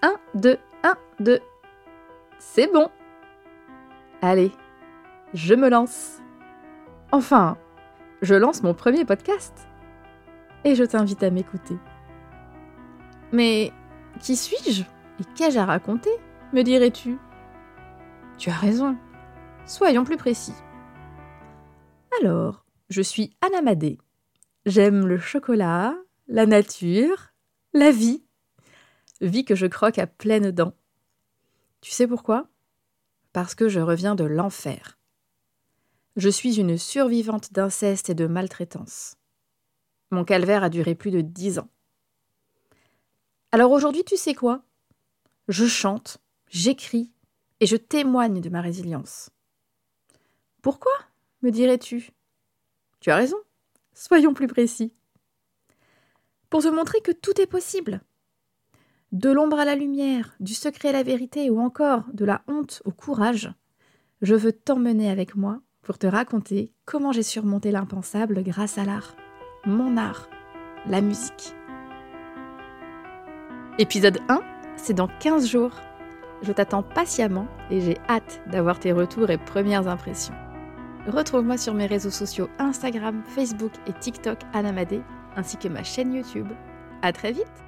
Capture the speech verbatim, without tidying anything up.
un, deux, un, deux. C'est bon. Allez, je me lance. Enfin, je lance mon premier podcast. Et je t'invite à m'écouter. Mais qui suis-je et qu'ai-je à raconter, me dirais-tu ? Tu as raison. Soyons plus précis. Alors, je suis Anna Madé. J'aime le chocolat, la nature, la vie. Vie que je croque à pleines dents. Tu sais pourquoi ? Parce que je reviens de l'enfer. Je suis une survivante d'inceste et de maltraitance. Mon calvaire a duré plus de dix ans. Alors aujourd'hui, tu sais quoi ? Je chante, j'écris et je témoigne de ma résilience. Pourquoi, me dirais-tu ? Tu as raison, soyons plus précis. Pour te montrer que tout est possible. De l'ombre à la lumière, du secret à la vérité ou encore de la honte au courage, je veux t'emmener avec moi pour te raconter comment j'ai surmonté l'impensable grâce à l'art. Mon art, la musique. Épisode un, c'est dans quinze jours. Je t'attends patiemment et j'ai hâte d'avoir tes retours et premières impressions. Retrouve-moi sur mes réseaux sociaux Instagram, Facebook et TikTok Anna Madé, ainsi que ma chaîne YouTube. À très vite!